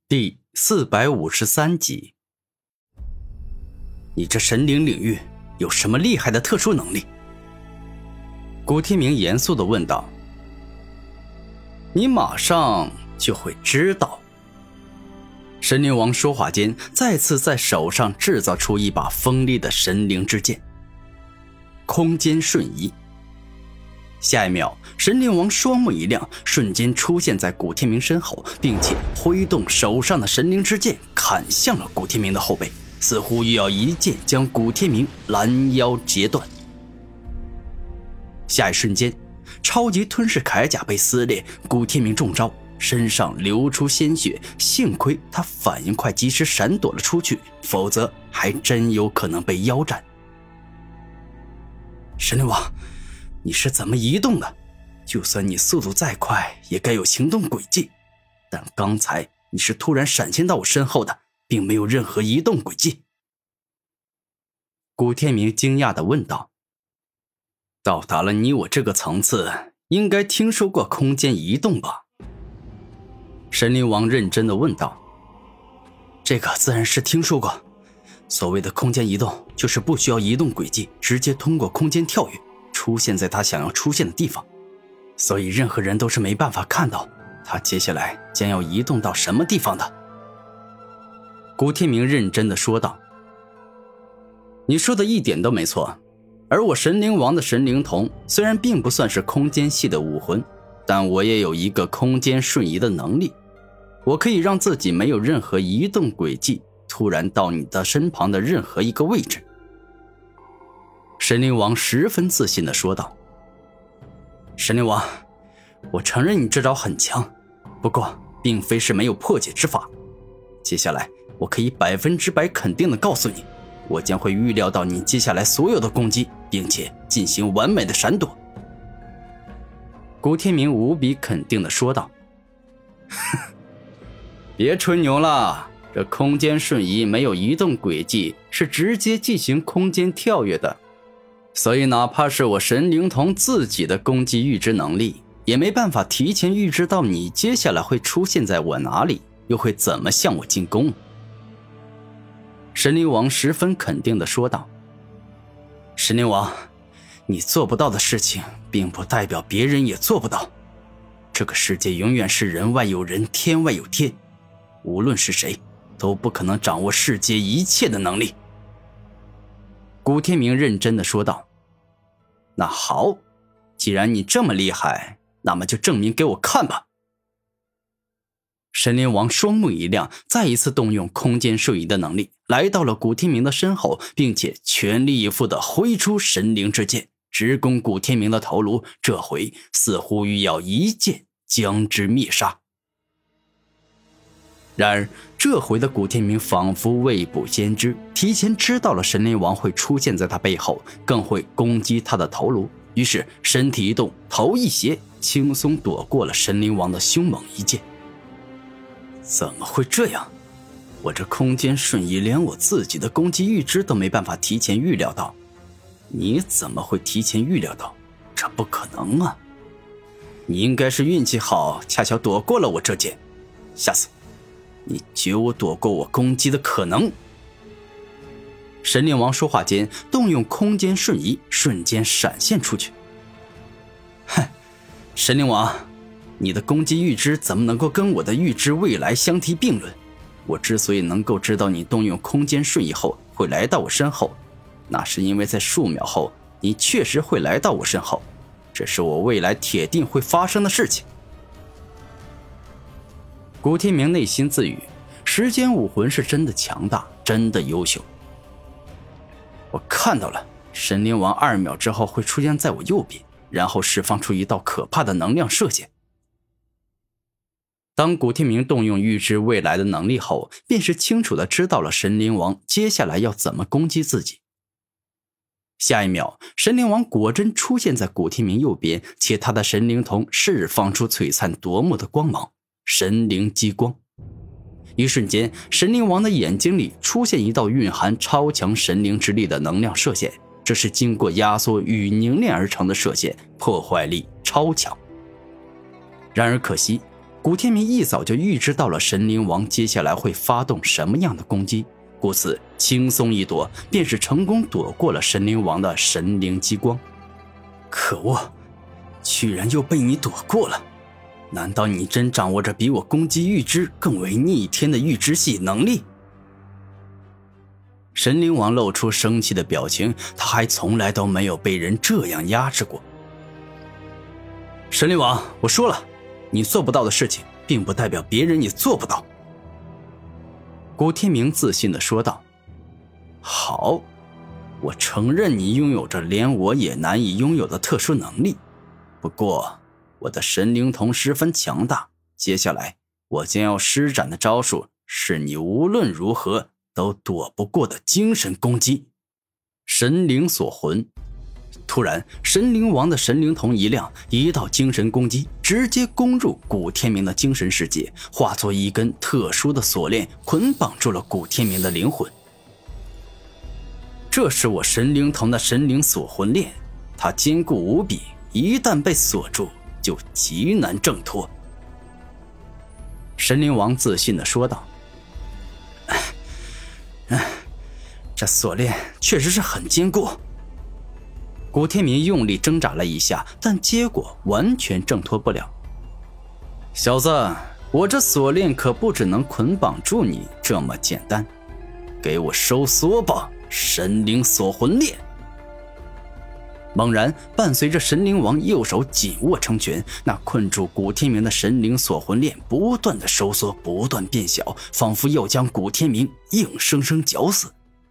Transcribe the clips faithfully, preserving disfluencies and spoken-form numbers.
第四百五十三集。你这神灵领域有什么厉害的特殊能力？古天明严肃地问道。你马上就会知道。神灵王说话间，再次在手上制造出一把锋利的神灵之剑。空间瞬移。下一秒，神灵王双目一亮，瞬间出现在古天明身后，并且挥动手上的神灵之剑砍向了古天明的后背，似乎又要一剑将古天明拦腰截断。下一瞬间，超级吞噬铠甲被撕裂，古天明中招，身上流出鲜血，幸亏他反应快，及时闪躲了出去，否则还真有可能被腰斩。神灵王，你是怎么移动的？就算你速度再快，也该有行动轨迹。但刚才你是突然闪现到我身后的，并没有任何移动轨迹。古天明惊讶地问道。到达了你我这个层次，应该听说过空间移动吧？神灵王认真地问道。这个自然是听说过。所谓的空间移动，就是不需要移动轨迹，直接通过空间跳跃出现在他想要出现的地方，所以任何人都是没办法看到他接下来将要移动到什么地方的。古天明认真地说道。你说的一点都没错，而我神灵王的神灵瞳虽然并不算是空间系的武魂，但我也有一个空间瞬移的能力，我可以让自己没有任何移动轨迹，突然到你的身旁的任何一个位置。神灵王十分自信地说道。神灵王，我承认你这招很强，不过并非是没有破解之法。接下来我可以百分之百肯定地告诉你，我将会预料到你接下来所有的攻击，并且进行完美的闪躲。古天明无比肯定地说道。别吹牛了，这空间瞬移没有移动轨迹，是直接进行空间跳跃的，所以哪怕是我神灵瞳自己的攻击预知能力，也没办法提前预知到你接下来会出现在我哪里，又会怎么向我进攻。神灵王十分肯定地说道。神灵王，你做不到的事情，并不代表别人也做不到。这个世界永远是人外有人，天外有天，无论是谁都不可能掌握世界一切的能力。古天明认真地说道。那好，既然你这么厉害，那么就证明给我看吧。神灵王双目一亮，再一次动用空间瞬移的能力，来到了古天明的身后，并且全力以赴地挥出神灵之剑，直攻古天明的头颅，这回似乎欲要一剑将之灭杀。然而这回的古天明仿佛未卜先知，提前知道了神灵王会出现在他背后，更会攻击他的头颅，于是身体一动，头一斜，轻松躲过了神灵王的凶猛一剑。怎么会这样？我这空间瞬移连我自己的攻击预知都没办法提前预料到，你怎么会提前预料到？这不可能啊！你应该是运气好，恰巧躲过了我这剑，下次你绝无躲过我攻击的可能。神灵王说话间，动用空间瞬移，瞬间闪现出去。哼，神灵王，你的攻击预知怎么能够跟我的预知未来相提并论？我之所以能够知道你动用空间瞬移后会来到我身后，那是因为在数秒后你确实会来到我身后，这是我未来铁定会发生的事情。古天明内心自语，时间武魂是真的强大，真的优秀。我看到了，神灵王二秒之后会出现在我右边，然后释放出一道可怕的能量射线。当古天明动用预知未来的能力后，便是清楚地知道了神灵王接下来要怎么攻击自己。下一秒，神灵王果真出现在古天明右边，且他的神灵瞳释放出璀璨夺目的光芒，神灵激光。一瞬间，神灵王的眼睛里出现一道蕴含超强神灵之力的能量射线，这是经过压缩与凝练而成的射线，破坏力超强。然而可惜， 古天明一早就预知到了神灵王接下来会发动什么样的攻击，故此轻松一躲，便是成功躲过了神灵王的神灵激光。可恶，居然又被你躲过了！难道你真掌握着比我攻击预知更为逆天的预知系能力？神灵王露出生气的表情，他还从来都没有被人这样压制过。神灵王，我说了，你做不到的事情，并不代表别人也做不到。古天明自信地说道。好，我承认你拥有着连我也难以拥有的特殊能力，不过我的神灵瞳十分强大，接下来我将要施展的招数是你无论如何都躲不过的精神攻击——神灵锁魂。突然，神灵王的神灵瞳一亮，一道精神攻击直接攻入古天明的精神世界，化作一根特殊的锁链，捆绑住了古天明的灵魂。这是我神灵瞳的神灵锁魂链，它坚固无比，一旦被锁住，就极难挣脱。神灵王自信地说道：“这锁链确实是很坚固。”古天明用力挣扎了一下，但结果完全挣脱不了。小子，我这锁链可不只能捆绑住你这么简单，给我收缩吧，神灵锁魂链！猛然，伴随着神灵王右手紧握成拳，那困住古天明的神灵锁魂链不断的收缩，不断变小，仿佛要将古天明硬生生绞死。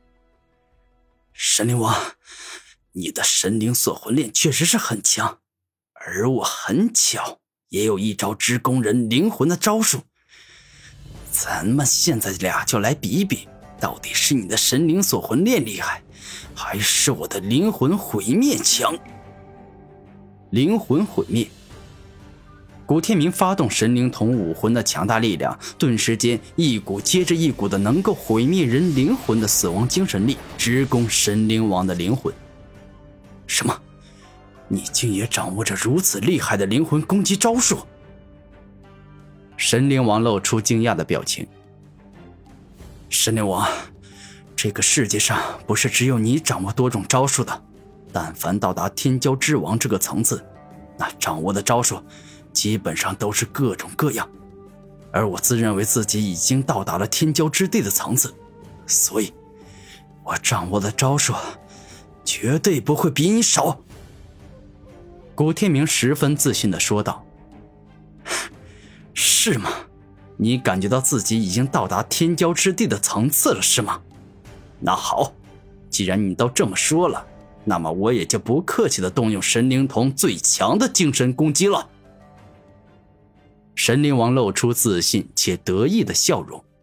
神灵王，你的神灵锁魂链确实是很强，而我很巧也有一招直攻人灵魂的招数。咱们现在俩就来比一比，到底是你的神灵锁魂链厉害，还是我的灵魂毁灭强？灵魂毁灭。古天明发动神灵瞳武魂的强大力量，顿时间一股接着一股的能够毁灭人灵魂的死亡精神力直攻神灵王的灵魂。什么？你竟也掌握着如此厉害的灵魂攻击招数？神灵王露出惊讶的表情。神灵王，这个世界上不是只有你掌握多种招数的，但凡到达天骄之王这个层次，那掌握的招数基本上都是各种各样，而我自认为自己已经到达了天骄之地的层次，所以我掌握的招数绝对不会比你少。古天明十分自信地说道。是吗？你感觉到自己已经到达天骄之地的层次了是吗？那好，既然你都这么说了，那么我也就不客气地动用神灵瞳最强的精神攻击了。神灵王露出自信且得意的笑容。